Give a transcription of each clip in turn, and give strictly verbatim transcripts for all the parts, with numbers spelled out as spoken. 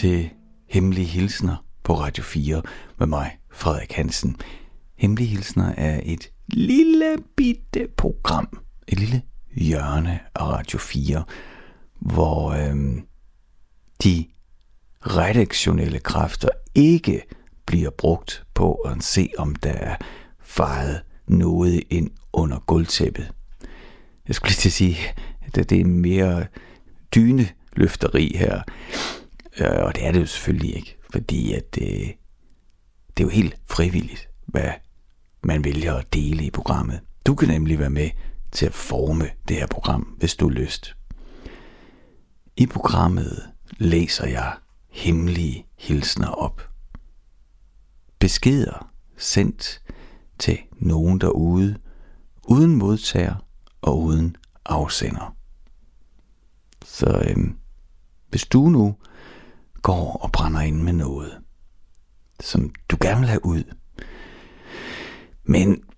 til Hemmelige Hilsner på Radio fire med mig, Frederik Hansen. Hemmelige Hilsner er et lille bitte program, et lille hjørne af Radio fire, hvor øhm, de redaktionelle kræfter ikke bliver brugt på at se, om der er fejet noget ind under gulvtæppet. Jeg skulle lige til at sige, at det er mere dyneløfteri her. Og det er det jo selvfølgelig ikke, fordi at det, det er jo helt frivilligt, hvad man vælger at dele i programmet. Du kan nemlig være med til at forme det her program, hvis du har lyst. I programmet læser jeg hemmelige hilsner op. Beskeder sendt til nogen derude, uden modtager og uden afsender. Så øhm, hvis du nu går og brænder ind med noget, som du gerne vil have ud, men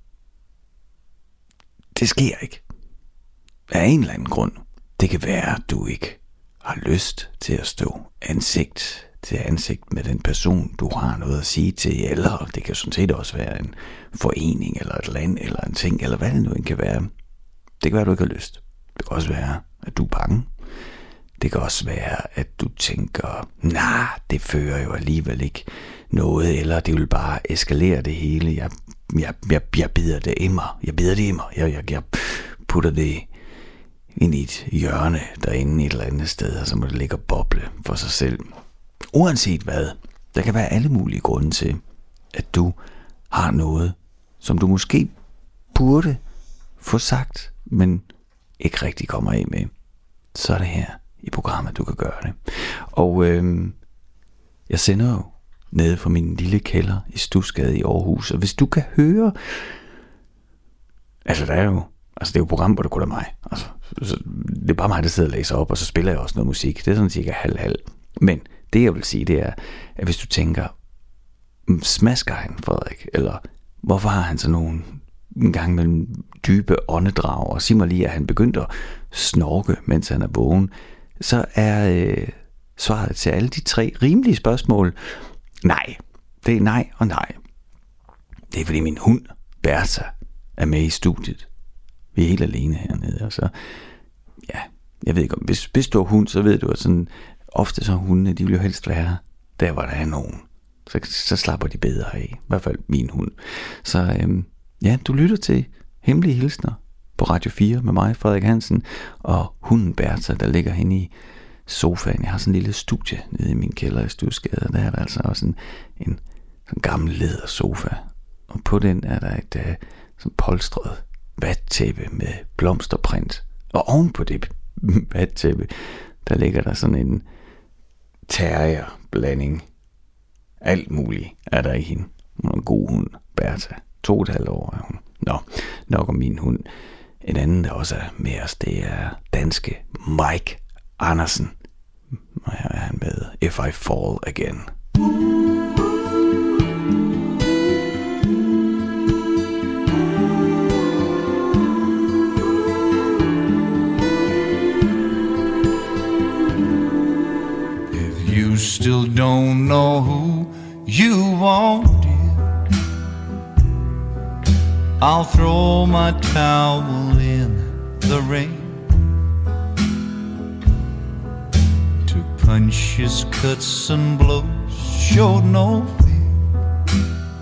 det sker ikke af en eller anden grund. Det kan være, at du ikke har lyst til at stå ansigt til ansigt med den person, du har noget at sige til, eller det kan sådan set også være en forening, eller et land, eller en ting, eller hvad det nu end kan være. Det kan være, at du ikke har lyst. Det kan også være, at du er bange. Det kan også være, at du tænker, nej, det fører jo alligevel ikke noget, eller det vil bare eskalere det hele. Jeg, jeg, jeg, jeg bider det i mig. Jeg bider det i mig. Jeg, jeg, jeg putter det ind i et hjørne derinde et eller andet sted, og så må det ligge og boble for sig selv. Uanset hvad, der kan være alle mulige grunde til, at du har noget, som du måske burde få sagt, men ikke rigtig kommer af med. Så er det her i programmet, du kan gøre det. Og øh, jeg sender jo nede fra min lille kælder i Studsgade i Aarhus, og hvis du kan høre, altså der er jo, altså det er jo et program, hvor det kun er mig. Altså, så det er bare mig, der sidder og læser op, og så spiller jeg også noget musik. Det er sådan cirka halv-halv. Men det jeg vil sige, det er, at hvis du tænker, smasker han, Frederik, eller hvorfor har han så nogen en gang mellem dybe åndedrag, og sig mig lige, at han begyndte at snorke, mens han er vågen, så er øh, svaret til alle de tre rimelige spørgsmål, nej. Det er nej og nej. Det er fordi min hund, Bertha, er med i studiet. Vi er helt alene hernede, og så, ja, jeg ved ikke om, hvis, hvis du er hund, så ved du, at sådan, ofte så hundene, de vil jo helst være der, hvor der er nogen. Så, så slapper de bedre af, i hvert fald min hund. Så øhm, ja, du lytter til Hemmelige Hilsner på Radio fire med mig, Frederik Hansen, og hunden Bertha, der ligger henne i sofaen. Jeg har sådan en lille studie nede i min kælder i Studsgade, og der er der altså også en, en sådan gammel lædersofa. Og på den er der et uh, sådan polstret vattæppe med blomsterprint. Og oven på det vattæppe, der ligger der sådan en terrierblanding. Alt muligt er der i hende. Hun er en god hund, Bertha. To og et halvt år er hun. Nå, nok om min hund. En anden, der også er med os, det er danske Mike Andersen. Og her er han med If I Fall Again. If you still don't know who you wanted, I'll throw my towel in the rain. Took punches, cuts and blows, showed no fear,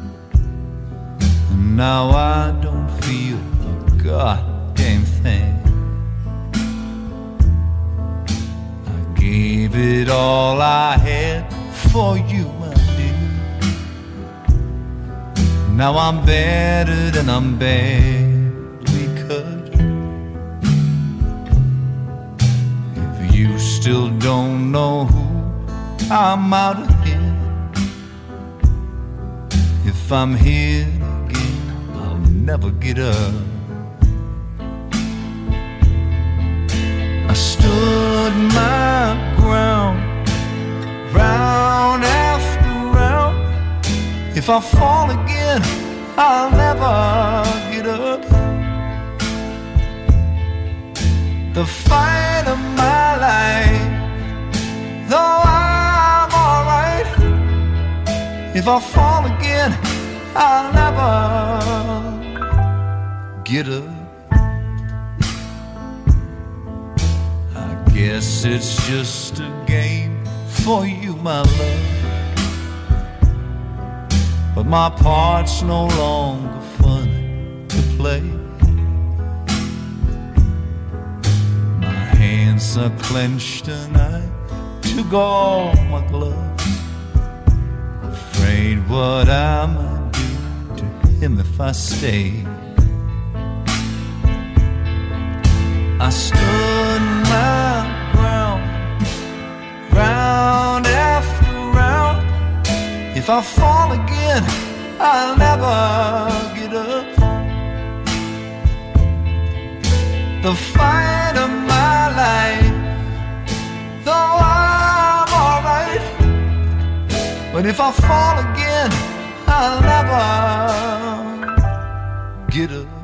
and now I don't feel a goddamn thing. I gave it all I had for you, my dear. Now I'm battered and I'm badly cut. If you still don't know who I'm out of here, if I'm here again, I'll never get up. I stood my ground, round after round. If I fall again, I'll never get up. The fight of my life, though I'm all If I fall again, I'll never get up. I guess it's just a game for you, my love, but my part's no longer fun to play. My hands are clenched and I took off my gloves, afraid what I might do to him if I stay. I stood my ground, round after round. If I fall again, I'll never get up. The fight of my life, though I'm alright, but if I fall again, I'll never get up.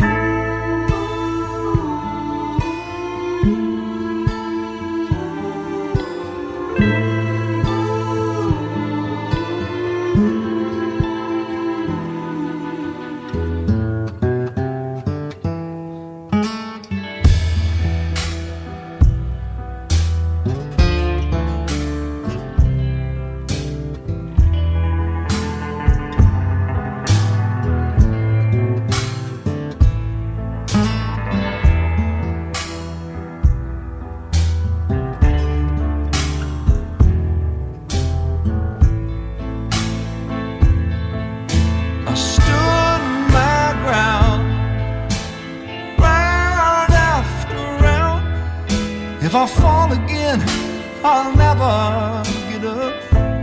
If I fall again, I'll never get up.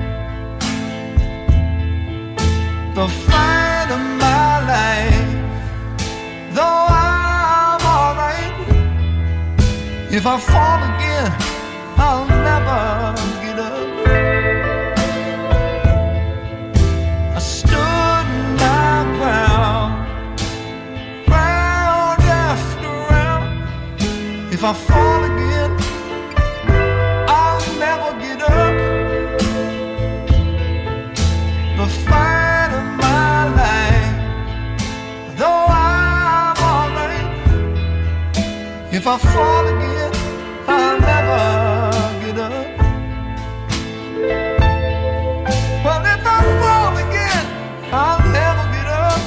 The fight of my life, though I'm alright, if I fall again, I'll never get up. I stood my ground, round after round. If I fall again, never get up. The fight of my life, though I'm alright, if I fall again, I'll never get up. Well, if I fall again, I'll never get up.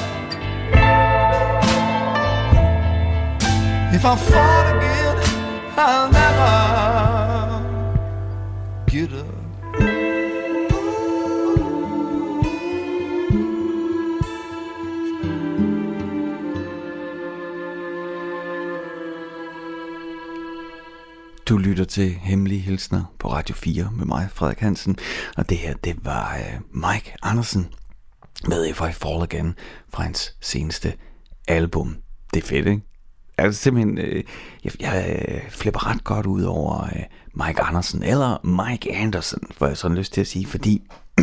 If I fall again, I'll never get up. Du lytter til Hemmelige Hilsner på Radio fire med mig, Frederik Hansen, og det her, det var uh, Mike Andersen med If I Fall Again fra hans seneste album. Det er fedt, ikke? Altså simpelthen, øh, jeg, jeg øh, flipper ret godt ud over øh, Mike Andersen, eller Mike Anderson, får jeg sådan lyst til at sige, fordi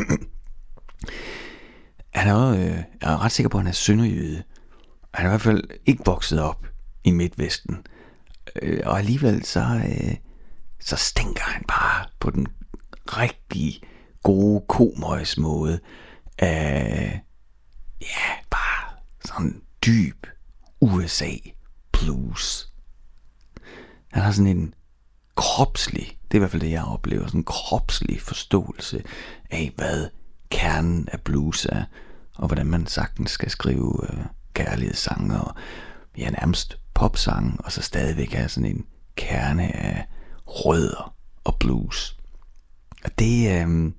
han er jo, øh, jeg er ret sikker på, at han er sønderjyde. Han er i hvert fald ikke vokset op i Midtvesten, øh, og alligevel så, øh, så stinker han bare på den rigtig gode komøjs måde af, ja, bare sådan dyb U S A blues. Han har sådan en kropslig, det er i hvert fald det jeg oplever, sådan en kropslig forståelse af hvad kernen af blues er, og hvordan man sagtens skal skrive øh, kærlighedssange og ja, nærmest popsange, og så stadigvæk have sådan en kerne af rødder og blues. Og det øh,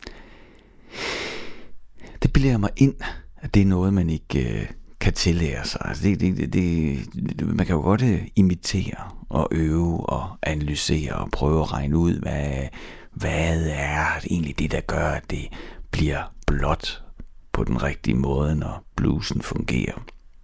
det bilder mig ind, at det er noget man ikke øh, kan tillære sig. Altså det, det, det, det, man kan jo godt imitere og øve og analysere og prøve at regne ud, hvad, hvad er egentlig det, der gør, at det bliver blot på den rigtige måde, når bluesen fungerer.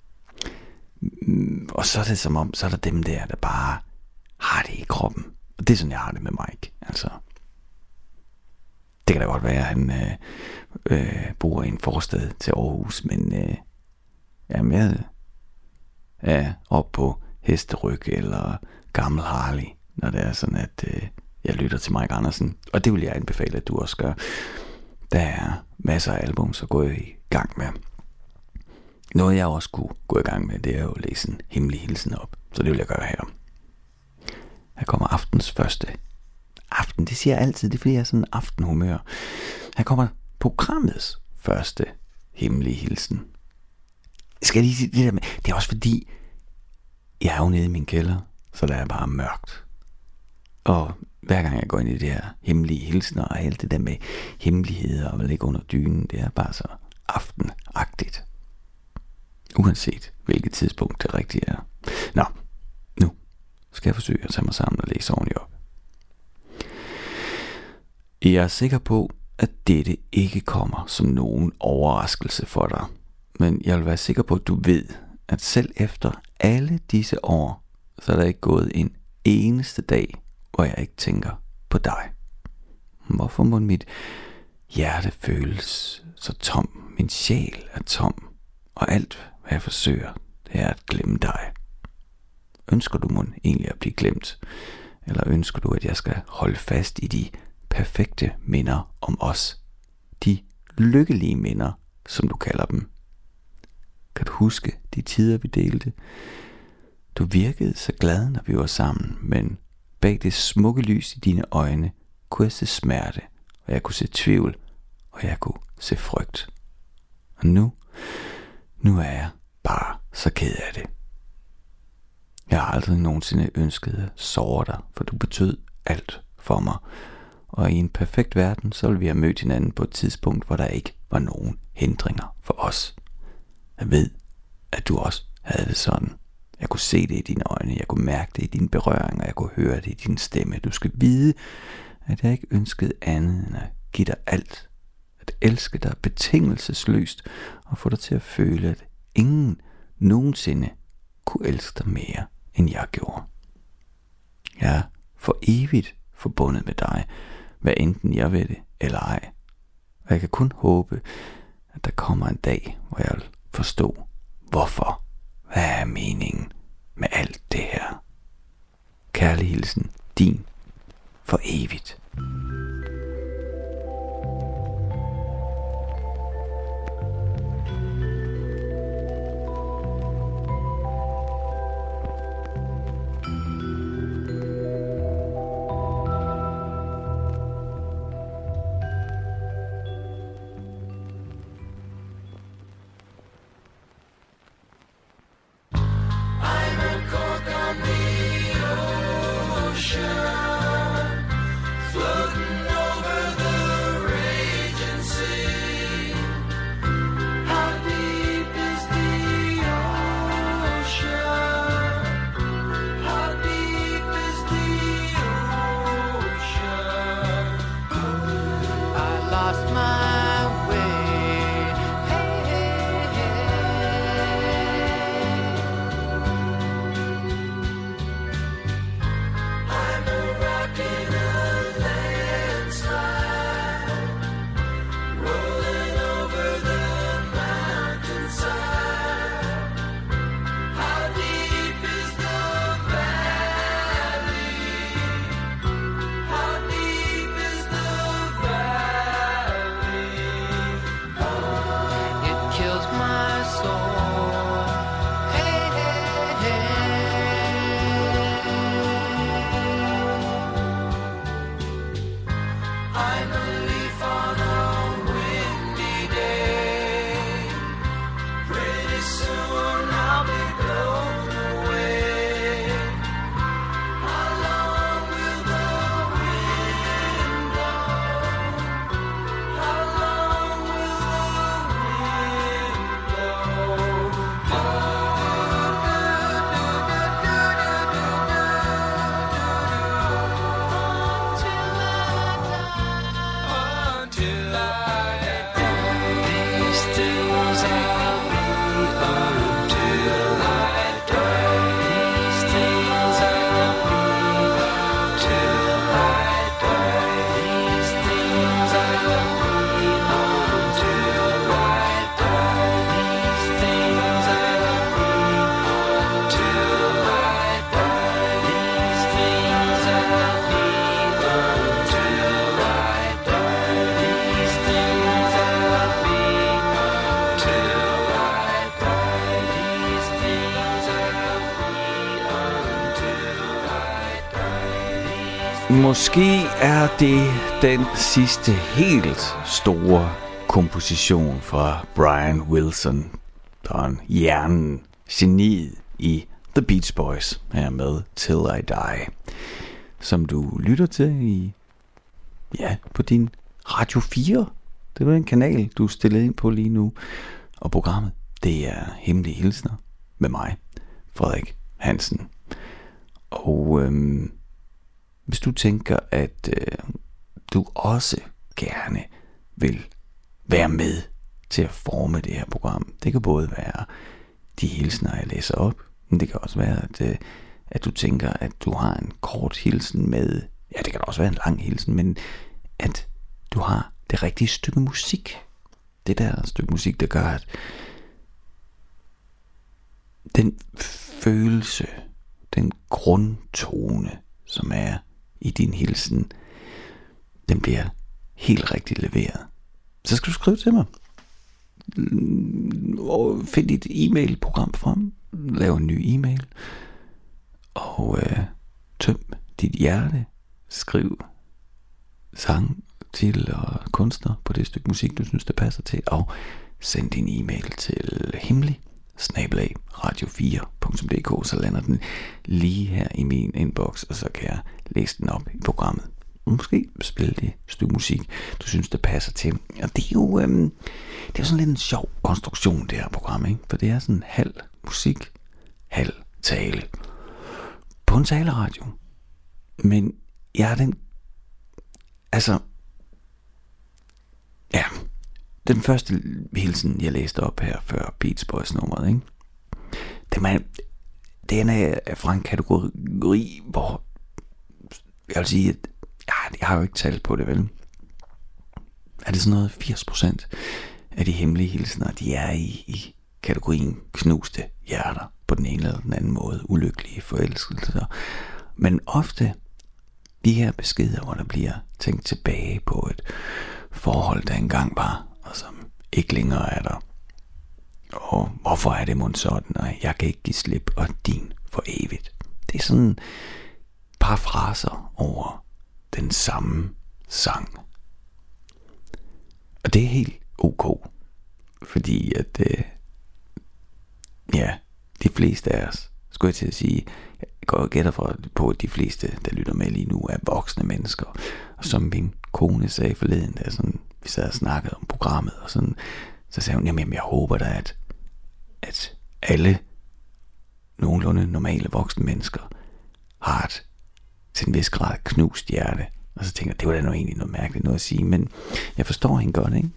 Og så er det som om, så er der dem der, der bare har det i kroppen. Og det er sådan, jeg har det med Mike. Altså, det kan da godt være, at han øh, øh, bor i en forstad til Aarhus, men øh, jamen, jeg er op på hesteryg eller gammel Harley, når det er sådan, at øh, jeg lytter til Mike Andersen. Og det vil jeg anbefale, at du også gør. Der er masser af albums at gå i gang med. Noget jeg også kunne gå i gang med, det er jo at læse en hemmelig hilsen op. Så det vil jeg gøre her. Her kommer aftens første. Aften, det siger jeg altid, det er fordi jeg er sådan en aftenhumør. Her kommer programmets første hemmelige hilsen. Skal jeg lige sige det der med, det er også fordi, jeg er jo nede i min kælder, så der er bare mørkt. Og hver gang jeg går ind i det her hemmelige hilsner, og alt det der med hemmeligheder og ligge under dynen, det er bare så aftenagtigt. Uanset hvilket tidspunkt det rigtige er. Nå, nu skal jeg forsøge at tage mig sammen og læse ordentligt op. Jeg er sikker på, at dette ikke kommer som nogen overraskelse for dig. Men jeg vil være sikker på, at du ved, at selv efter alle disse år, så er der ikke gået en eneste dag, hvor jeg ikke tænker på dig. Hvorfor må mit hjerte føles så tom? Min sjæl er tom, og alt, hvad jeg forsøger, det er at glemme dig. Ønsker du mon egentlig at blive glemt? Eller ønsker du, at jeg skal holde fast i de perfekte minder om os? De lykkelige minder, som du kalder dem. Kan du huske de tider, vi delte? Du virkede så glad, når vi var sammen, men bag det smukke lys i dine øjne kunne jeg se smerte, og jeg kunne se tvivl, og jeg kunne se frygt. Og nu, nu er jeg bare så ked af det. Jeg har aldrig nogensinde ønsket at såre dig, for du betød alt for mig. Og i en perfekt verden, så ville vi have mødt hinanden på et tidspunkt, hvor der ikke var nogen hindringer for os. Jeg ved, at du også havde det sådan. Jeg kunne se det i dine øjne, jeg kunne mærke det i dine berøringer, jeg kunne høre det i din stemme. Du skal vide, at jeg ikke ønskede andet end at give dig alt. At elske dig betingelsesløst og få dig til at føle, at ingen nogensinde kunne elske dig mere, end jeg gjorde. Jeg er for evigt forbundet med dig, hvad enten jeg ved det eller ej. Og jeg kan kun håbe, at der kommer en dag, hvor jeg vil forstå, hvorfor. Hvad er meningen med alt det her? Kærlig hilsen, din for evigt. Floating Måske er det den sidste helt store komposition fra Brian Wilson, der er en hjernen, geniet i The Beach Boys, her med Till I Die, som du lytter til i, ja, på din Radio fire. Det er en kanal, du er stillet ind på lige nu, og programmet, det er Hemmelige Hilsner med mig, Frederik Hansen. Og øhm, hvis du tænker, at øh, du også gerne vil være med til at forme det her program, det kan både være de hilsner, jeg læser op, men det kan også være, at, øh, at du tænker, at du har en kort hilsen med, ja, det kan også være en lang hilsen, men at du har det rigtige stykke musik. Det der stykke musik, der gør, at den følelse, den grundtone, som er i din hilsen, den bliver helt rigtig leveret. Så skal du skrive til mig. Og find dit e-mail-program frem. Lav en ny e-mail. Og øh, tøm dit hjerte. Skriv sang, titel og kunstner på det stykke musik, du synes, det passer til. Og send din e-mail til hemmelig snabel-a radio fire punktum d k, så lander den lige her i min inbox, og så kan jeg læse den op i programmet. Måske spille det stykke musik, du synes, det passer til. Og det er jo, øhm, det er jo sådan lidt en sjov konstruktion, det her program, ikke? For det er sådan halv musik, halv tale. På en taleradio. Men jeg er den, altså, ja, den første hilsen, jeg læste op her før Beach Boys nummeret, ikke? Det er, den er fra en kategori, hvor jeg vil sige, at ja, jeg har jo ikke talt på det, vel? Er det sådan noget firs procent af de hemmelige hilsener, de er i, i kategorien knuste hjerter på den ene eller den anden måde, ulykkelige forelskelser. Men ofte de her beskeder, hvor der bliver tænkt tilbage på et forhold, der engang var, og som ikke længere er der. Og hvorfor er det mon sådan, og jeg kan ikke give slip, og din for evigt. Det er sådan et par fraser over den samme sang. Og det er helt ok, fordi at øh, ja, de fleste af os, skulle jeg til at sige, jeg går og gætter for, på, at de fleste, der lytter med lige nu, er voksne mennesker. Og som min kone sagde forleden, da sådan, vi sad og snakkede om programmet, og sådan, så sagde hun, jamen jeg håber da, at, at alle nogenlunde normale voksne mennesker har et til en vis grad knust hjerte. Og så tænker jeg, det var da noget, egentlig noget mærkeligt noget at sige, men jeg forstår hende godt, ikke?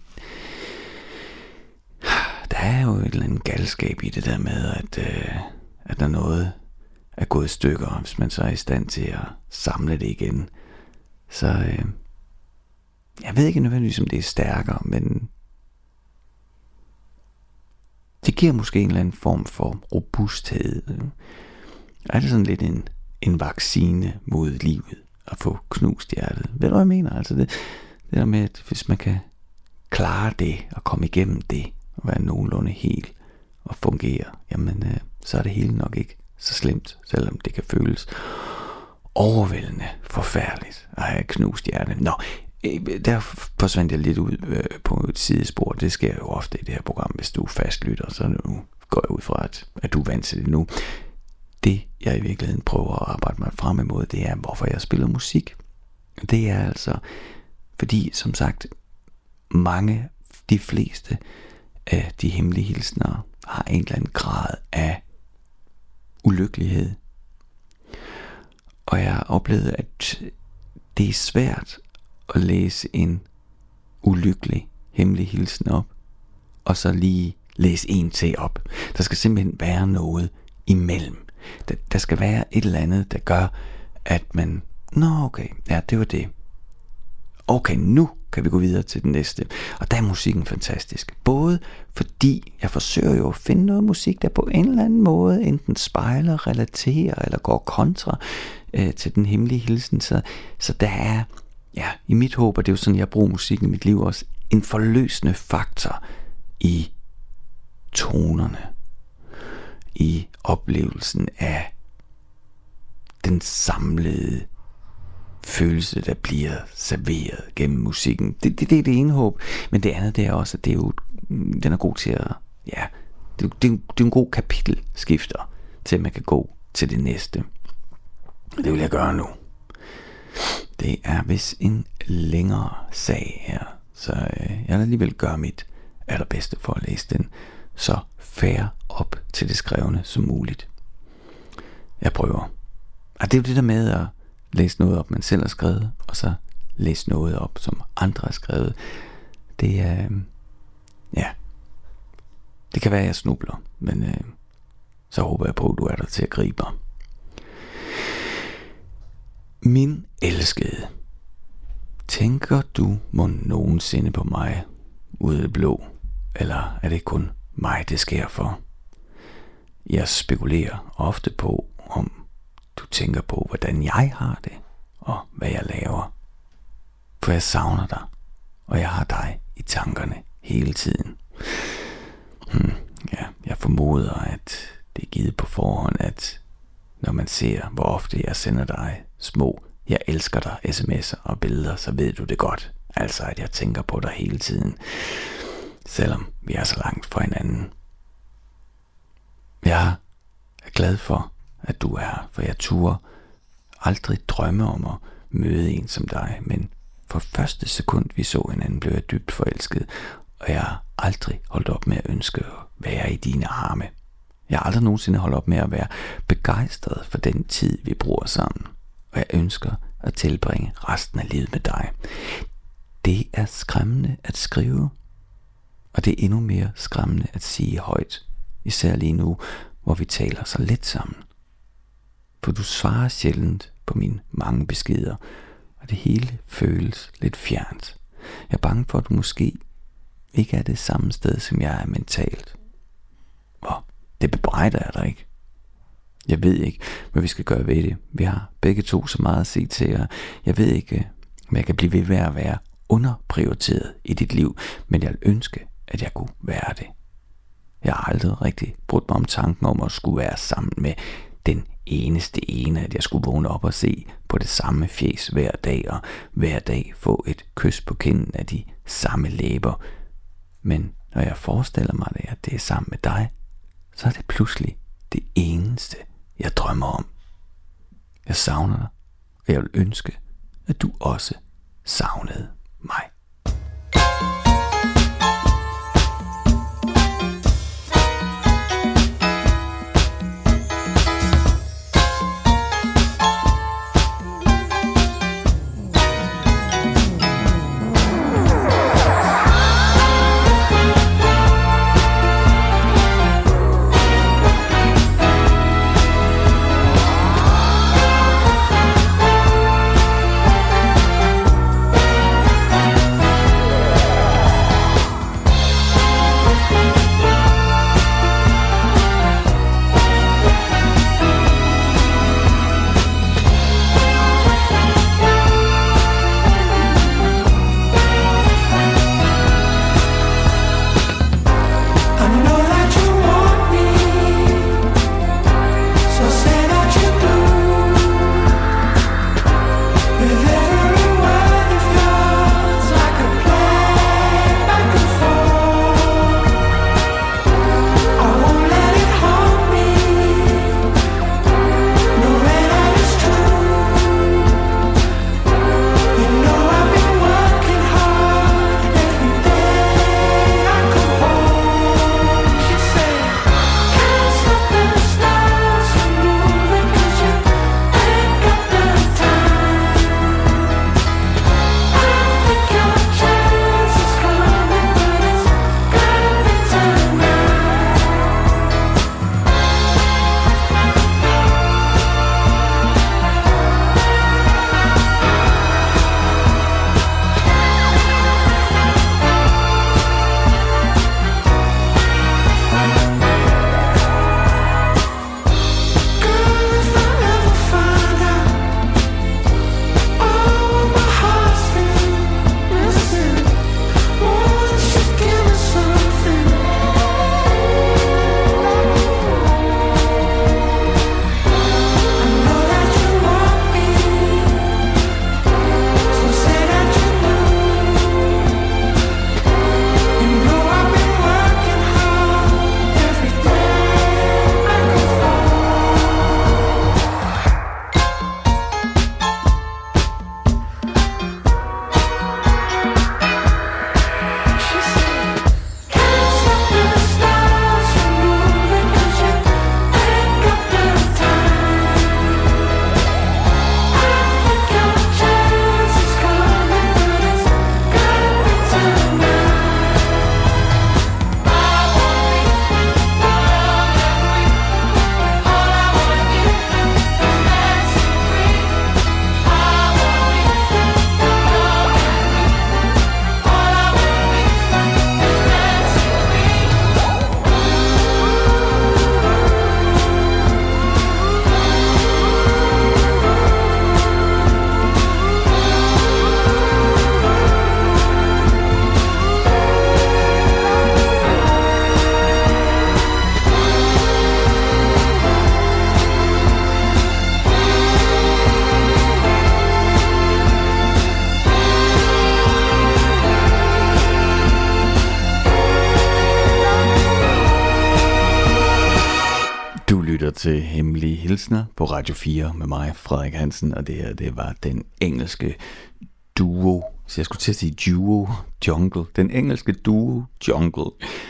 Der er jo et eller andet galskab i det der med, at, øh, at der noget er gået i stykker, hvis man så er i stand til at samle det igen. Så øh, jeg ved ikke nødvendigvis, om det er stærkere, men det giver måske en eller anden form for robusthed. Er det sådan lidt en, en vaccine mod livet at få knust hjertet? Ved du, hvad jeg mener? Altså det, det der med, at hvis man kan klare det og komme igennem det og være nogenlunde helt og fungere, jamen øh, så er det hele nok ikke så slemt, selvom det kan føles overvældende forfærdeligt at have knust hjerte. Nå, der forsvandt jeg lidt ud øh, på et sidespor. Det sker jo ofte i det her program, hvis du fastlytter, så nu går jeg ud fra, at, at du er vant til det nu. Det, jeg i virkeligheden prøver at arbejde mig frem imod, det er, hvorfor jeg spiller musik. Det er altså, fordi, som sagt, mange, de fleste af de hemmelige hilsner har en eller anden grad af ulykkelighed. Og jeg har oplevet, at det er svært at læse en ulykkelig hemmelig hilsen op, og så lige læse en til op. Der skal simpelthen være noget imellem. Der, der skal være et eller andet, der gør, at man, nå okay, ja, det var det. Okay, nu kan vi gå videre til den næste. Og der er musikken fantastisk. Både fordi jeg forsøger jo at finde noget musik, der på en eller anden måde enten spejler, relaterer eller går kontra øh, til den hemmelige hilsen. Så, så der er, ja, i mit håb, og det er jo sådan, jeg bruger musikken i mit liv også, en forløsende faktor i tonerne, i oplevelsen af den samlede følelse, der bliver serveret gennem musikken. Det, det, det er det ene håb. Men det andet, det er også, at det er jo, den er god til at, ja, det, det, det er en god kapitelskifter, til at man kan gå til det næste. Det vil jeg gøre nu. Det er vist en længere sag her, så øh, jeg vil alligevel gøre mit allerbedste for at læse den så fair op til det skrevne som muligt. Jeg prøver. Og det er jo det der med at læse noget op, man selv har skrevet, og så læse noget op, som andre har skrevet. Det er, øh, ja, det kan være, at jeg snubler, men øh, så håber jeg på, at du er der til at gribe mig. Min elskede, tænker du mon nogensinde på mig ude af det blå, eller er det kun mig, det sker for? Jeg spekulerer ofte på, om du tænker på, hvordan jeg har det, og hvad jeg laver. For jeg savner dig, og jeg har dig i tankerne hele tiden. Hmm, ja, jeg formoder, at det er givet på forhånd, at når man ser, hvor ofte jeg sender dig små, jeg elsker dig sms'er og billeder, så ved du det godt. Altså, at jeg tænker på dig hele tiden, selvom vi er så langt fra hinanden. Jeg er glad for, at du er her, for jeg turde aldrig drømme om at møde en som dig, men for første sekund vi så hinanden, blev jeg dybt forelsket, og jeg har aldrig holdt op med at ønske at være i dine arme. Jeg har aldrig nogensinde holdt op med at være begejstret for den tid, vi bruger sammen, og jeg ønsker at tilbringe resten af livet med dig. Det er skræmmende at skrive, og det er endnu mere skræmmende at sige højt, især lige nu, hvor vi taler så lidt sammen. For du svarer sjældent på mine mange beskeder, og det hele føles lidt fjernt. Jeg er bange for, at du måske ikke er det samme sted, som jeg er mentalt. Og det bebrejder jeg dig ikke. Jeg ved ikke, hvad vi skal gøre ved det. Vi har begge to så meget at se til, og jeg ved ikke, om jeg kan blive ved med at være underprioriteret i dit liv, men jeg vil ønske, at jeg kunne være det. Jeg har aldrig rigtig brudt mig om tanken om at skulle være sammen med den eneste ene, at jeg skulle vågne op og se på det samme fjes hver dag, og hver dag få et kys på kinden af de samme læber. Men når jeg forestiller mig det, at det er sammen med dig, så er det pludselig det eneste, jeg drømmer om. Jeg savner dig, og jeg vil ønske, at du også savnede mig. lytter til Hemmelige Hilsner på Radio fire med mig, Frederik Hansen, og det her, det var den engelske duo, så jeg skulle til at sige duo, Jungle, den engelske duo, Jungle,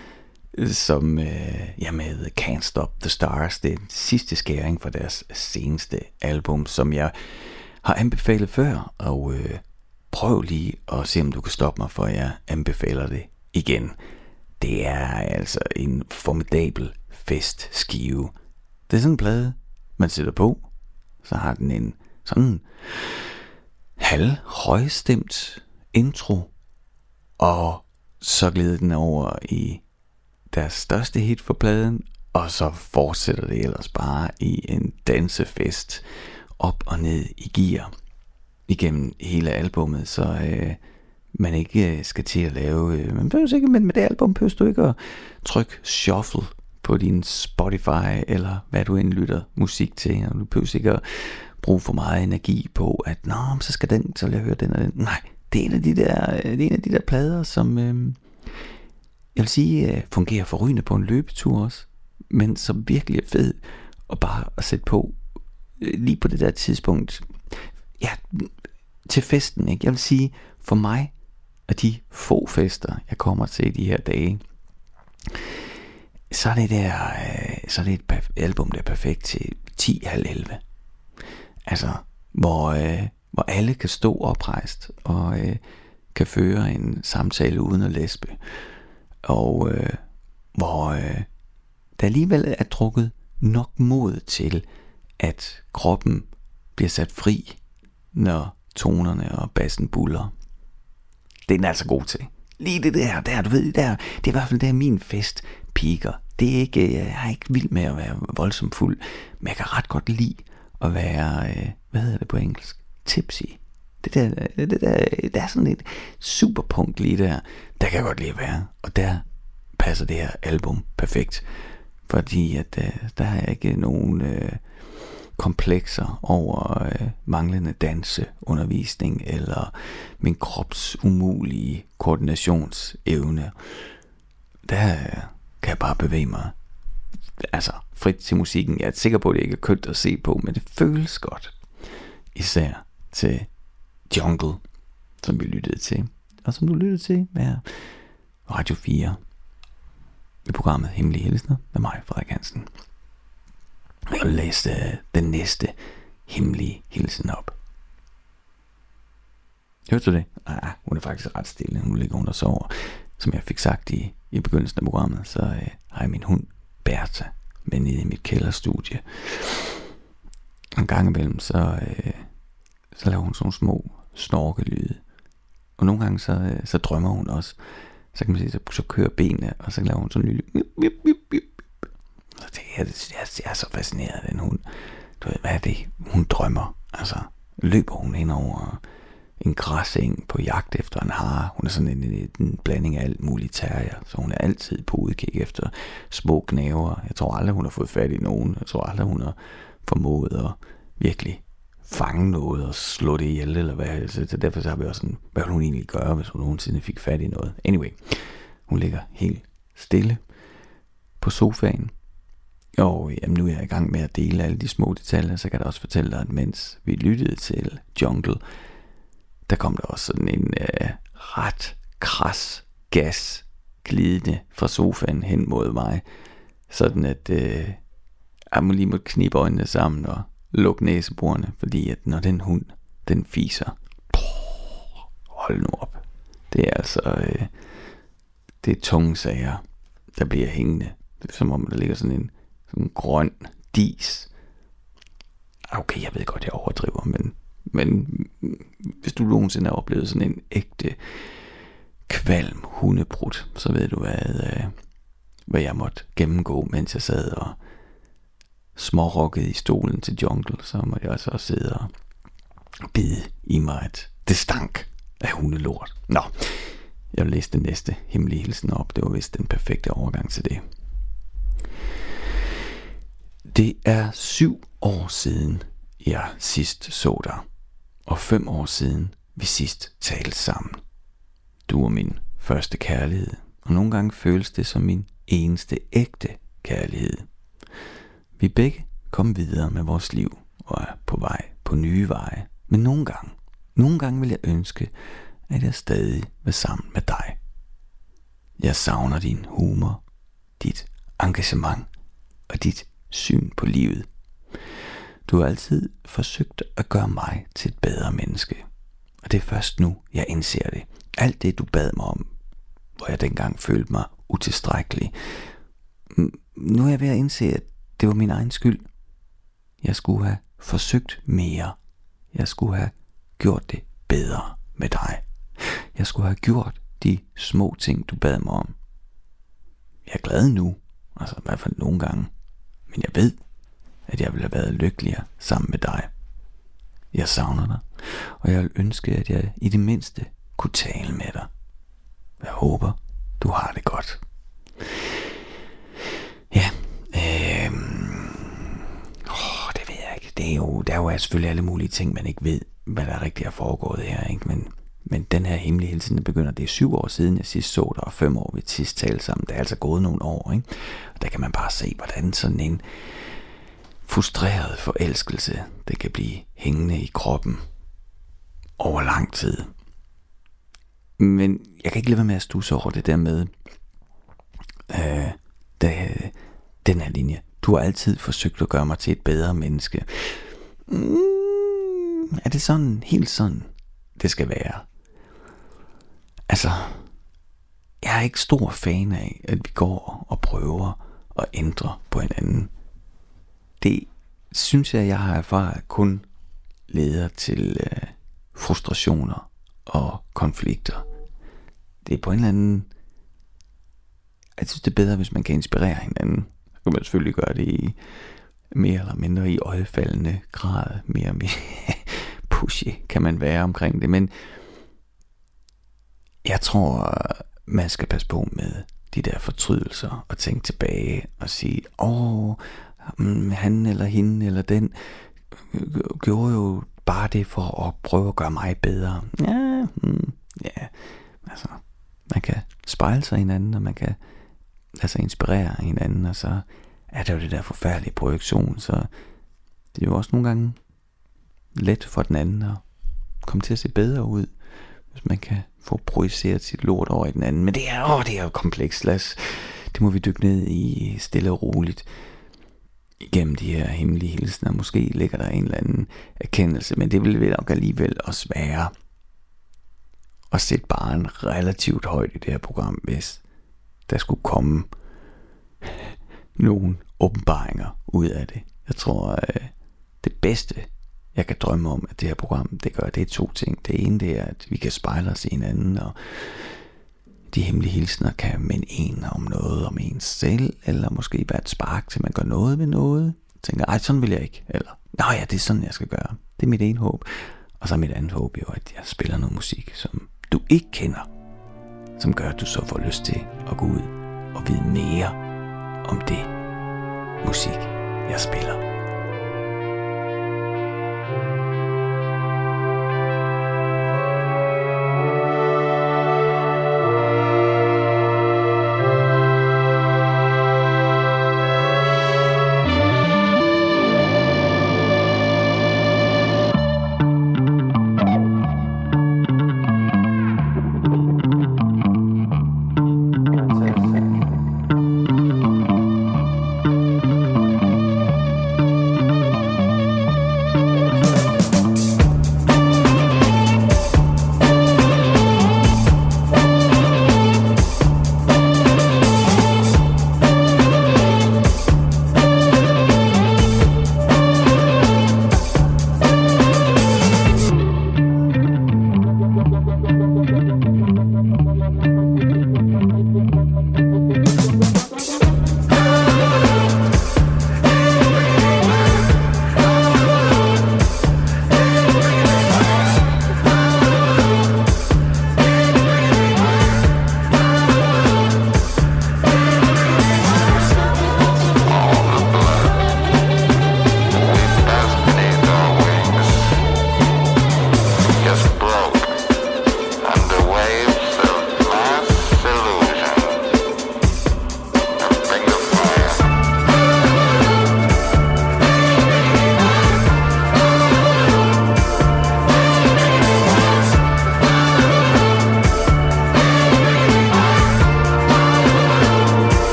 som øh, ja, med Can't Stop the Stars, det er den sidste skæring fra deres seneste album, som jeg har anbefalet før, og øh, prøv lige at se, om du kan stoppe mig, for jeg anbefaler det igen. Det er altså en formidabel festskive. Det er sådan en plade, man sætter på, så har den en sådan halv højstemt intro, og så glider den over i deres største hit for pladen, og så fortsætter det ellers bare i en dansefest op og ned i gear igennem hele albummet, så øh, man ikke øh, skal til at lave øh, man behøver ikke, men med det album behøver du ikke at trykke shuffle på din Spotify, eller hvad du end lytter musik til, og du behøver ikke at bruge for meget energi på, at nå, så skal den, så vil jeg høre den og den. Nej, det er en af de der, det er en af de der plader, som øh, jeg vil sige, øh, fungerer forrygende på en løbetur også, men som virkelig er fed, og bare at sætte på øh, lige på det der tidspunkt, ja, til festen, ikke? Jeg vil sige, for mig, af de få fester, jeg kommer til de her dage, så er det der, øh, så er det et perf- album, der er perfekt til ti halv elleve. Altså, hvor, øh, hvor alle kan stå oprejst, og øh, kan føre en samtale uden at læspe. Og øh, hvor øh, der alligevel er trukket nok mod til, at kroppen bliver sat fri, når tonerne og bassen buller. Det er den altså god til. Lige det der, der du ved, det der, det er i hvert fald der min fest piker. Det er ikke, jeg er ikke vild med at være voldsomt fuld, men jeg kan ret godt lide at være, øh, hvad hedder det på engelsk? Tipsy. Det der, det der, der er sådan et superpunkt lige der, der kan jeg godt lide at være, og der passer det her album perfekt, fordi at øh, der er ikke nogen øh, komplekser over øh, manglende danseundervisning eller min krops umulige koordinationsevne. Der øh, kan jeg bare bevæge mig altså frit til musikken. Jeg er sikker på, at det ikke er kønt at se på, men det føles godt, især til Jungle, som vi lyttede til, og som du lyttede til med Radio fire i programmet Hemmelige Hilsner med mig, Frederik Hansen. Jeg vil læse uh, den næste hemmelige hilsen op. Hørte du det? Ah, hun er faktisk ret stille. Hun ligger under og sover. Som jeg fik sagt i, i begyndelsen af programmet, så uh, har jeg min hund Bertha med nede i mit kælderstudie. En gang imellem, så, uh, så laver hun sådan små snorkelyde. Og nogle gange, så, uh, så drømmer hun også. Så kan man sige, så, så kører benene, og så laver hun sådan en lille... Så det, jeg, jeg, jeg er så fascineret af den hund. Du ved, hvad er det? Hun drømmer. Altså, løber hun ind over en græseng på jagt efter en hare. Hun er sådan en, en, en blanding af alt muligt terrier. Så hun er altid på udkig efter små gnæver. Jeg tror aldrig, hun har fået fat i nogen. Jeg tror aldrig, hun har formået at virkelig fange noget og slå det ihjel, eller hvad. Så derfor så har vi også sådan, hvad ville hun egentlig gøre, hvis hun nogensinde fik fat i noget. Anyway, hun ligger helt stille på sofaen. Og jamen, nu er jeg i gang med at dele alle de små detaljer, så kan jeg også fortælle dig, at mens vi lyttede til Jungle, der kom der også sådan en øh, ret kras gas glidende fra sofaen hen mod mig, sådan at øh, jeg må lige måtte knibe øjnene sammen og lukke næseborene, fordi at når den hund, den fiser, hold nu op, det er altså øh, det er tunge sager, der bliver hængende. Det er som om der ligger sådan en sådan en grøn dis. Okay, jeg ved godt, jeg overdriver, men, men hvis du nogensinde har oplevet sådan en ægte kvalm hundebrud, så ved du, hvad, øh, hvad jeg måtte gennemgå, mens jeg sad og smårokkede i stolen til Jungle. Så måtte jeg altså også sidde og bide i mig, at det stank af hundelort. Nå, jeg vil læse den næste hemmelige hilsen op. Det var vist den perfekte overgang til det. Det er syv år siden, jeg sidst så dig, og fem år siden, vi sidst talte sammen. Du er min første kærlighed, og nogle gange føles det som min eneste ægte kærlighed. Vi begge kom videre med vores liv og er på vej på nye veje. Men nogle gange, nogle gange vil jeg ønske, at jeg stadig var sammen med dig. Jeg savner din humor, dit engagement og dit syn på livet. Du har altid forsøgt at gøre mig til et bedre menneske. Og det er først nu, jeg indser det. Alt det, du bad mig om, hvor jeg dengang følte mig utilstrækkelig. Nu er jeg ved at indse, at det var min egen skyld. Jeg skulle have forsøgt mere. Jeg skulle have gjort det bedre med dig. Jeg skulle have gjort de små ting, du bad mig om. Jeg er glad nu, altså i hvert fald nogle gange. Men jeg ved, at jeg ville have været lykkeligere sammen med dig. Jeg savner dig, og jeg vil ønske, at jeg i det mindste kunne tale med dig. Jeg håber, du har det godt. Ja, øh, åh, det ved jeg ikke. Det er jo, der er jo selvfølgelig alle mulige ting, man ikke ved, hvad der rigtig er foregået her, ikke? Men, men den her hemmelige hilsen, den begynder, det er syv år siden, jeg sidst så dig, og fem år vi sidst talte sammen. Det er altså gået nogle år, ikke? Og der kan man bare se, hvordan sådan en frustreret forelskelse, det kan blive hængende i kroppen over lang tid. Men jeg kan ikke lade være med at studse over det der med øh, det, den her linje. Du har altid forsøgt at gøre mig til et bedre menneske. Mm, er det sådan, helt sådan, det skal være? Altså, jeg er ikke stor fan af, at vi går og prøver at ændre på hinanden. Det synes jeg, jeg har erfaret kun leder til øh, frustrationer og konflikter. Det er på en eller anden... Jeg synes, det er bedre, hvis man kan inspirere hinanden. Så kan man selvfølgelig gøre det i mere eller mindre i øjefaldende grad. Mere og mere pushy kan man være omkring det. Men jeg tror, man skal passe på med de der fortrydelser og tænke tilbage og sige, åh, han eller hende eller den gjorde jo bare det for at prøve at gøre mig bedre. Ja, hmm, ja, altså, man kan spejle sig hinanden, og man kan lade sig inspirere hinanden, og så er der jo det der forfærdelige projektion, så det er jo også nogle gange let for den anden at komme til at se bedre ud, hvis man kan få projiceret sit lort over i den anden. Men det er, åh, det er jo komplekst, Las. Det må vi dykke ned i stille og roligt igennem de her hemmelige hilsener. Måske ligger der en eller anden erkendelse, men det vil nok alligevel også være at sætte barren relativt højt i det her program, hvis der skulle komme nogle åbenbaringer ud af det. Jeg tror, at det bedste, jeg kan drømme om, at det her program, det gør, det er to ting. Det ene, det er, at vi kan spejle os i hinanden, og de hemmelige hilsener kan minde en om noget om ens selv, eller måske være et spark til, man gør noget ved noget. Jeg tænker, ej, sådan vil jeg ikke. Eller, nå ja, det er sådan, jeg skal gøre. Det er mit ene håb. Og så er mit andet håb jo, at jeg spiller noget musik, som du ikke kender, som gør, at du så får lyst til at gå ud og vide mere om det musik, jeg spiller.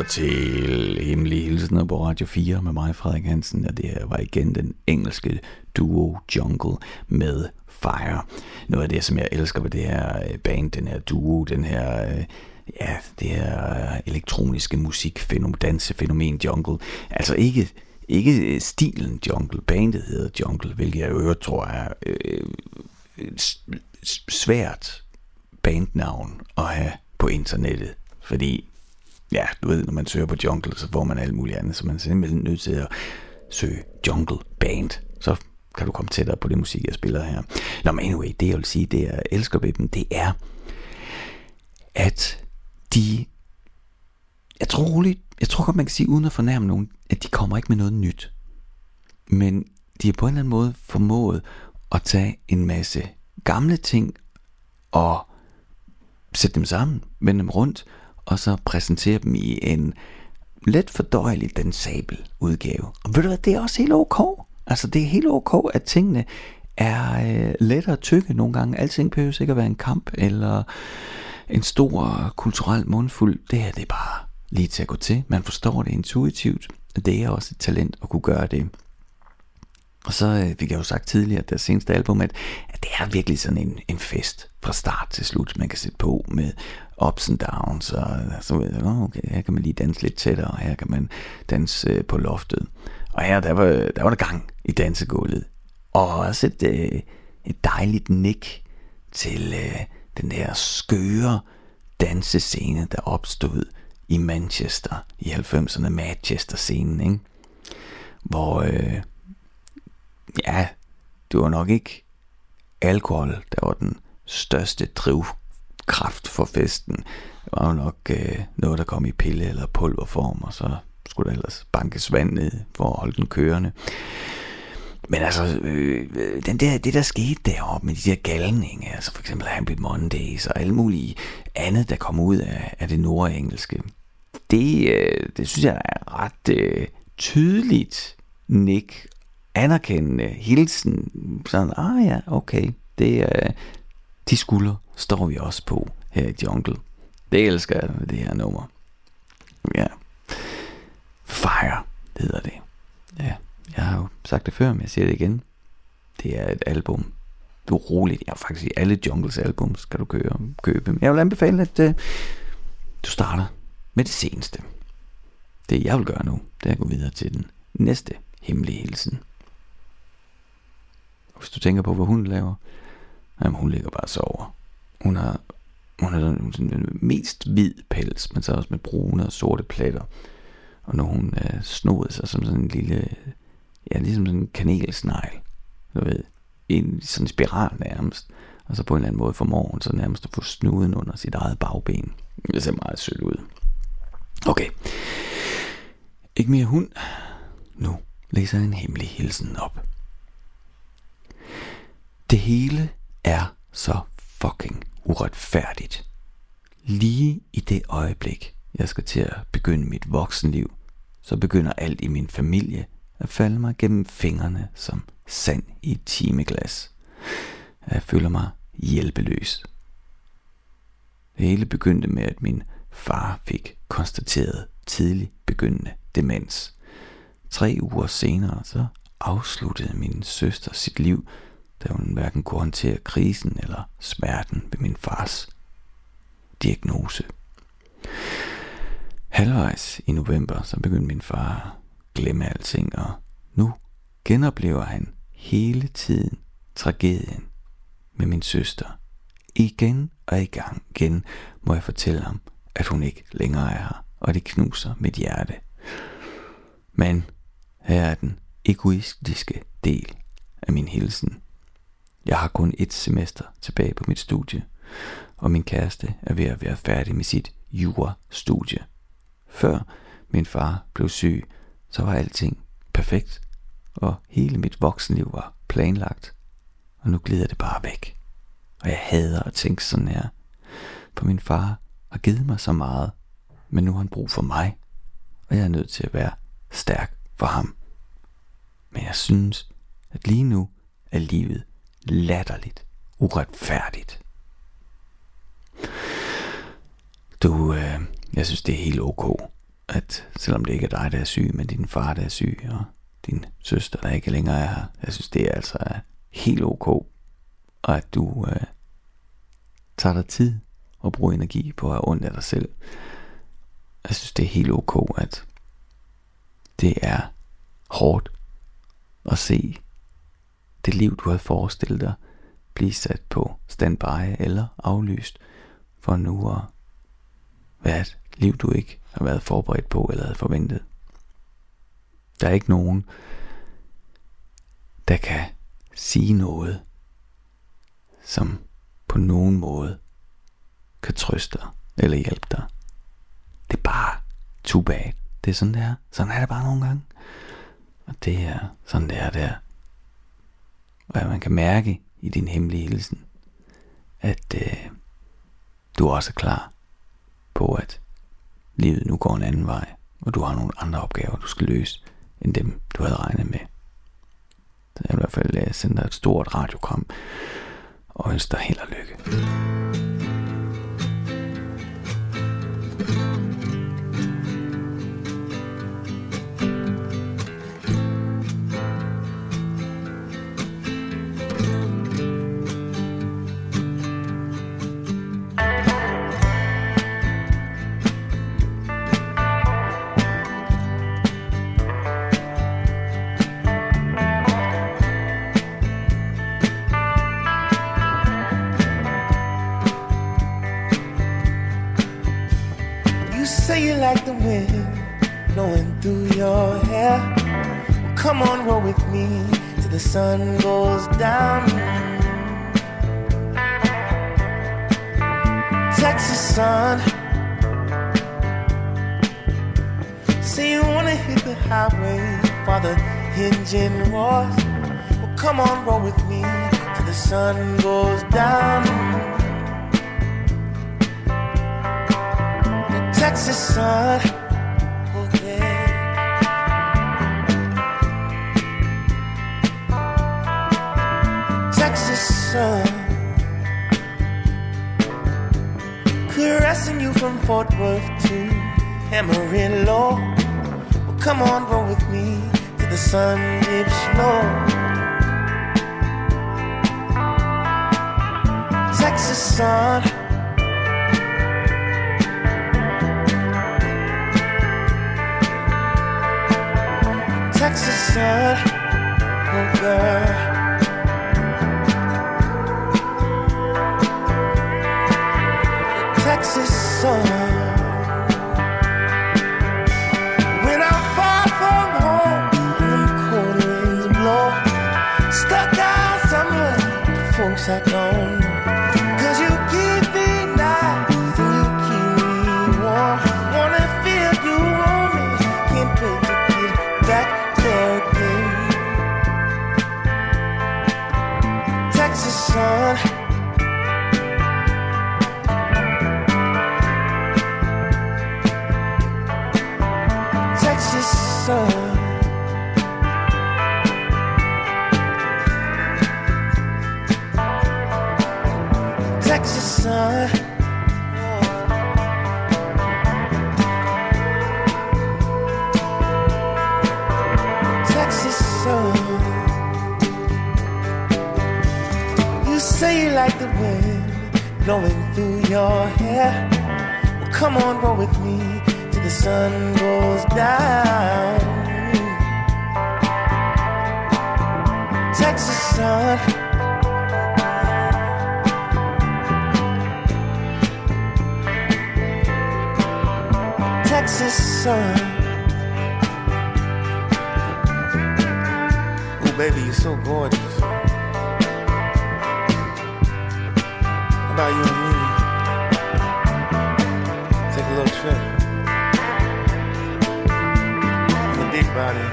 lytter til Hemmelige Hilsener på Radio fire med mig, Frederik Hansen, og det her var igen den engelske duo Jungle med Fire. Noget af det, som jeg elsker ved det her band, den her duo, den her, ja, det her elektroniske musikfænomen, dansefænomen Jungle, altså ikke, ikke stilen Jungle, bandet hedder Jungle, hvilket jeg øvrigt tror er øh, svært bandnavn at have på internettet, fordi ja, du ved, når man søger på Jungle, så får man alt muligt andet, så man er simpelthen nødt til at søge Jungle Band, så kan du komme tættere på det musik, jeg spiller her. Nå, men anyway, det jeg vil sige, det jeg elsker ved dem, det er, at de, jeg tror roligt, jeg tror godt, man kan sige, uden at fornærme nogen, at de kommer ikke med noget nyt, men de har på en eller anden måde formået at tage en masse gamle ting og sætte dem sammen, vende dem rundt, og så præsentere dem i en let fordøjelig dansabel udgave. Og ved du hvad, det er også helt ok. Altså det er helt ok, at tingene er øh, lettere at tykke nogle gange. Alting behøver ikke at være en kamp, eller en stor kulturel mundfuld. Det her, det er bare lige til at gå til. Man forstår det intuitivt, og det er også et talent at kunne gøre det. Og så øh, fik jeg jo sagt tidligere, at deres seneste album, at, at det er virkelig sådan en, en fest fra start til slut, man kan sætte på med ups and downs, og så ved jeg, okay, her kan man lige danse lidt tættere, og her kan man danse øh, på loftet. Og her, der var der, var der gang i dansegulvet. Og også et, øh, et dejligt nik til øh, den der skøre dansescene, der opstod i Manchester i halvfemserne, Manchester-scenen, ikke? Hvor øh, ja, det var nok ikke alkohol, der var den største drivkraft for festen. Det var jo nok øh, noget, der kom i pille- eller pulverform, og så skulle der ellers bankes vand ned for at holde den kørende. Men altså, øh, den der, det der skete deroppe med de der galninge, altså for eksempel Happy Mondays og alle mulige andet, der kom ud af, af det nordengelske, det, øh, det synes jeg er ret øh, tydeligt nik, anerkendende hilsen, sådan, ah ja, okay, det er, øh, de skuldre står vi også på her i Jungle. Det elsker jeg ved det her nummer. Ja. Fire hedder det. Ja, jeg har jo sagt det før, men jeg siger det igen. Det er et album. Du er roligt. Ja, faktisk i alle Jungles album skal du køre, købe. Jeg vil anbefale, at uh, du starter med det seneste. Det jeg vil gøre nu, det er at gå videre til den næste hemmelige hilsen. Hvis du tænker på, hvad hun laver, jamen hun ligger bare og sover. Hun har, hun har den mest hvid pels, men så også med brune og sorte pletter. Og når hun øh, snodede sig som sådan en lille, ja, ligesom sådan en kanelsnegl, du ved, en sådan en spiral nærmest. Og så på en eller anden måde formår hun så nærmest at få snuden under sit eget bagben. Det ser meget sødt ud. Okay. Ikke mere hund. Nu læser jeg en hemmelig hilsen op. Det hele er så fucking uretfærdigt. Lige i det øjeblik, jeg skal til at begynde mit voksenliv, så begynder alt i min familie at falde mig gennem fingrene som sand i et timeglas. Jeg føler mig hjælpeløs. Det hele begyndte med, at min far fik konstateret tidlig begyndende demens. Tre uger senere så afsluttede min søster sit liv, da hun hverken kunne håndtere krisen eller smerten ved min fars diagnose. Halvvejs i november, så begyndte min far at glemme alting, og nu genoplever han hele tiden tragedien med min søster. Igen og igen, igen må jeg fortælle ham, at hun ikke længere er her, og det knuser mit hjerte. Men her er den egoistiske del af min hilsen. Jeg har kun et semester tilbage på mit studie, og min kæreste er ved at være færdig med sit jura-studie. Før min far blev syg, så var alting perfekt, og hele mit voksenliv var planlagt, og nu glider det bare væk. Og jeg hader at tænke sådan her, for min far har givet mig så meget, men nu har han brug for mig, og jeg er nødt til at være stærk for ham. Men jeg synes, at lige nu er livet latterligt uretfærdigt. Du, øh, jeg synes det er helt ok, at selvom det ikke er dig, der er syg, men din far, der er syg, og din søster, der ikke længere er her, jeg synes, det er altså helt ok, og at du øh, tager dig tid og bruger energi på at have ondt af dig selv. Jeg synes, det er helt ok, at det er hårdt at se det liv, du havde forestillet dig, blive sat på standby eller aflyst, for nu at være et liv, du ikke har været forberedt på eller havde forventet. Der er ikke nogen, der kan sige noget, som på nogen måde kan trøste dig eller hjælpe dig. Det er bare too bad. Det er sådan, det er. Sådan er det bare nogle gange. Og det er sådan, det er der. Og man kan mærke i din hemmelige hilsen, at øh, du også er klar på, at livet nu går en anden vej, og du har nogle andre opgaver, du skal løse, end dem, du havde regnet med. Så jeg vil i hvert fald uh, sende dig et stort radiokram, og ønsker dig held og lykke. Say you like the wind blowing through your hair. Well, come on, roll with me till the sun goes down. Texas sun. Say you wanna hit the highway for the engine roars. Well, come on, roll with me till the sun goes down. Texas sun, oh yeah. Texas sun, caressing you from Fort Worth to Amarillo. Well, come on, roll with me till the sun dips low. Texas sun. Texas sun, oh girl. Texas sun. When I'm far from home and the cold winds blow, stuck out somewhere with folks I don't know. 'Cause you keep me nice and you keep me warm. Wanna feel you on me, can't wait to get back there again. Texas sun. Texas sun. Texas sun. Texas sun. You say you like the wind blowing through your hair. Well, come on, roll with me till the sun goes down. Texas sun. Texas sun. Oh, baby, you're so gorgeous. How about you and me? Take a little trip. In the big body.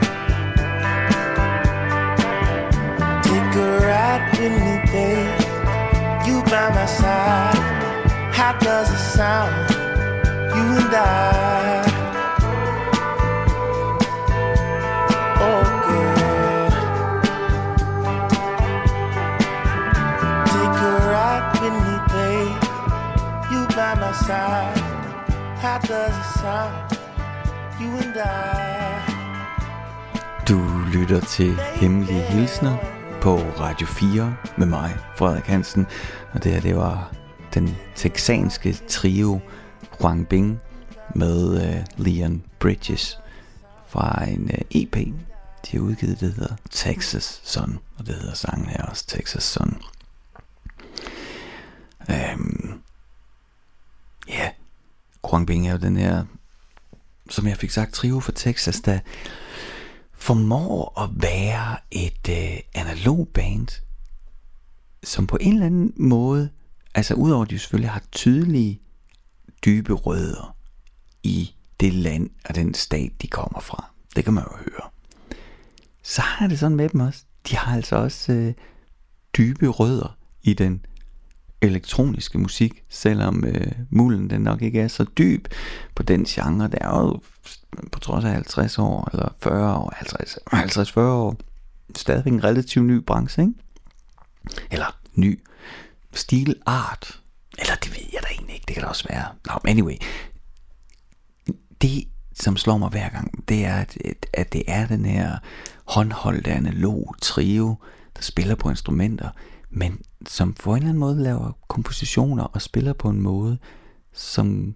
Take a ride with me, babe. You by my side. How does it sound? You and I. Oh, girl. Take a ride with me, babe. You by my side. How does it sound? you and I. Du lytter til Hemmelige Hilsner på Radio fire med mig, Frederik Hansen. Og det her, det var den texanske trio Khruangbin Bing med uh, Leon Bridges fra en uh, E P, de har udgivet, det hedder Texas Sun, og det hedder sangen her også, Texas Sun. Um, ja, yeah. Khruangbin Bing er jo den her, som jeg fik sagt, trio fra Texas, der formår at være et uh, analog band, som på en eller anden måde, altså udover at de selvfølgelig har tydelige, dybe rødder i det land og den stat, de kommer fra. Det kan man jo høre. Så har det sådan med dem også. De har altså også øh, dybe rødder i den elektroniske musik, selvom øh, mulen den nok ikke er så dyb på den genre. Der er jo på trods af halvtreds år, eller fyrre år, halvtreds til fyrre år, stadigvæk en relativt ny branche, ikke? Eller ny stilart. Eller det ved jeg da egentlig ikke, det kan da også være. No, anyway, det som slår mig hver gang, det er, at, at det er den her håndholdte analog trio, der spiller på instrumenter, men som på en eller anden måde laver kompositioner og spiller på en måde, som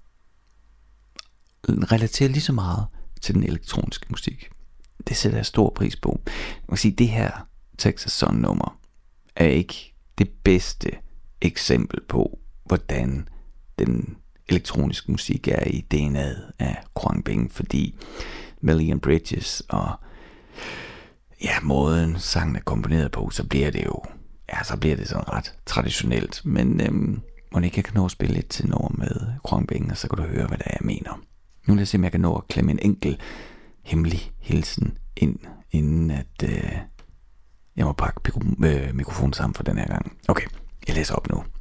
relaterer lige så meget til den elektroniske musik. Det sætter jeg stor pris på. Jeg må sige, det her Texas Sun nummer er ikke det bedste eksempel på, hvordan den elektroniske musik er i D N A'et af Khruangbin Bing, fordi med Leon Bridges og ja, måden sangen er komponeret på, så bliver det jo, ja, så bliver det sådan ret traditionelt, men øhm, må ikke jeg kan nå at spille lidt til nummer med Khruangbin Bing, og så kan du høre, hvad det er, jeg mener. Nu vil jeg se, om jeg kan nå at klemme en enkelt hemmelig hilsen ind, inden at øh, jeg må pakke pik- øh, mikrofonen sammen for den her gang. Okay, jeg læser op nu.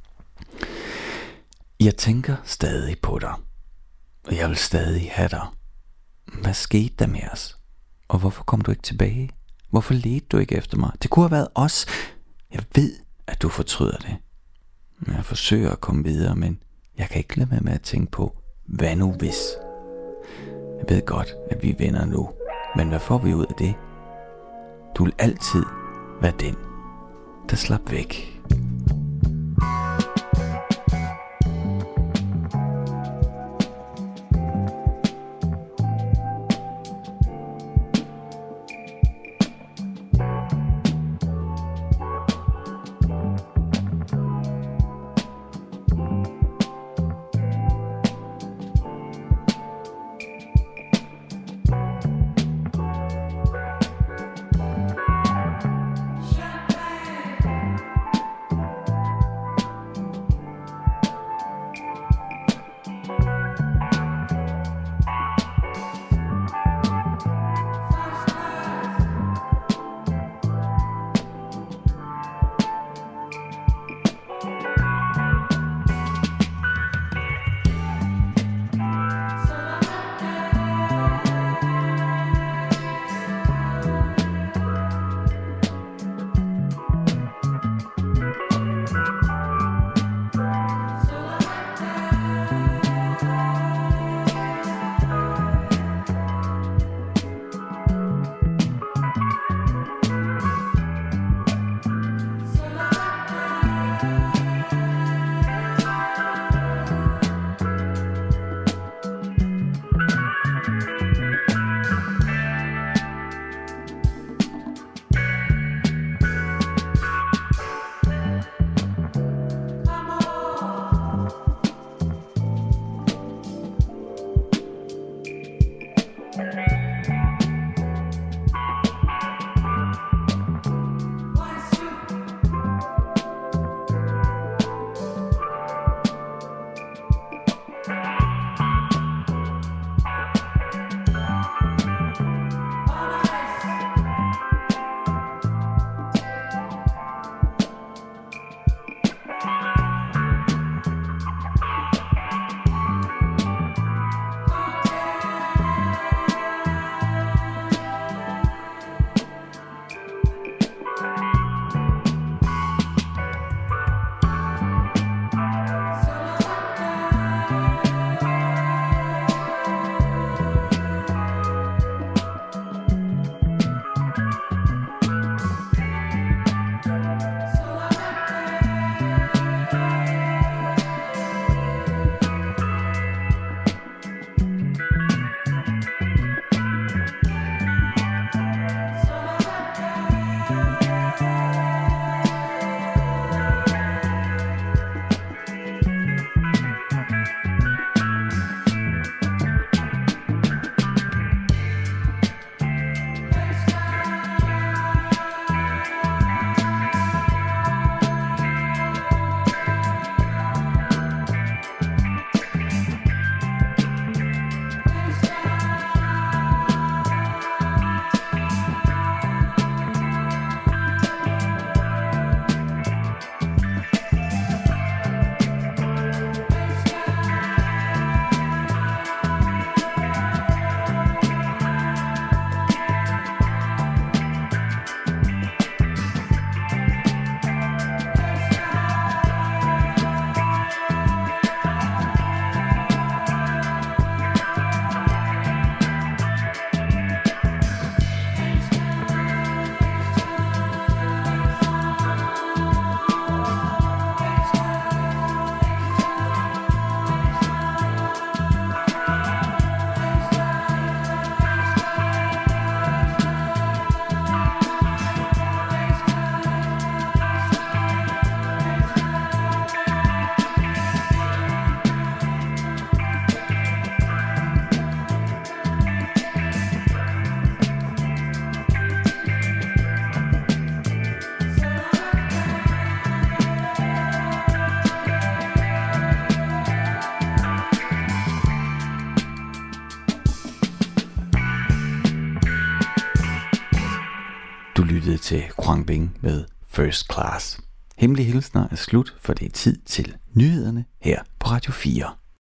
Jeg tænker stadig på dig, og jeg vil stadig have dig. Hvad skete der med os? Og hvorfor kom du ikke tilbage? Hvorfor ledte du ikke efter mig? Det kunne have været os. Jeg ved, at du fortryder det. Jeg forsøger at komme videre, men jeg kan ikke lade være med at tænke på, hvad nu hvis? Jeg ved godt, at vi er venner nu, men hvad får vi ud af det? Du vil altid være den, der slap væk. lyttet til Quang Bing med First Class. Hemmelige hilsner er slut, for det er tid til nyhederne her på Radio fire.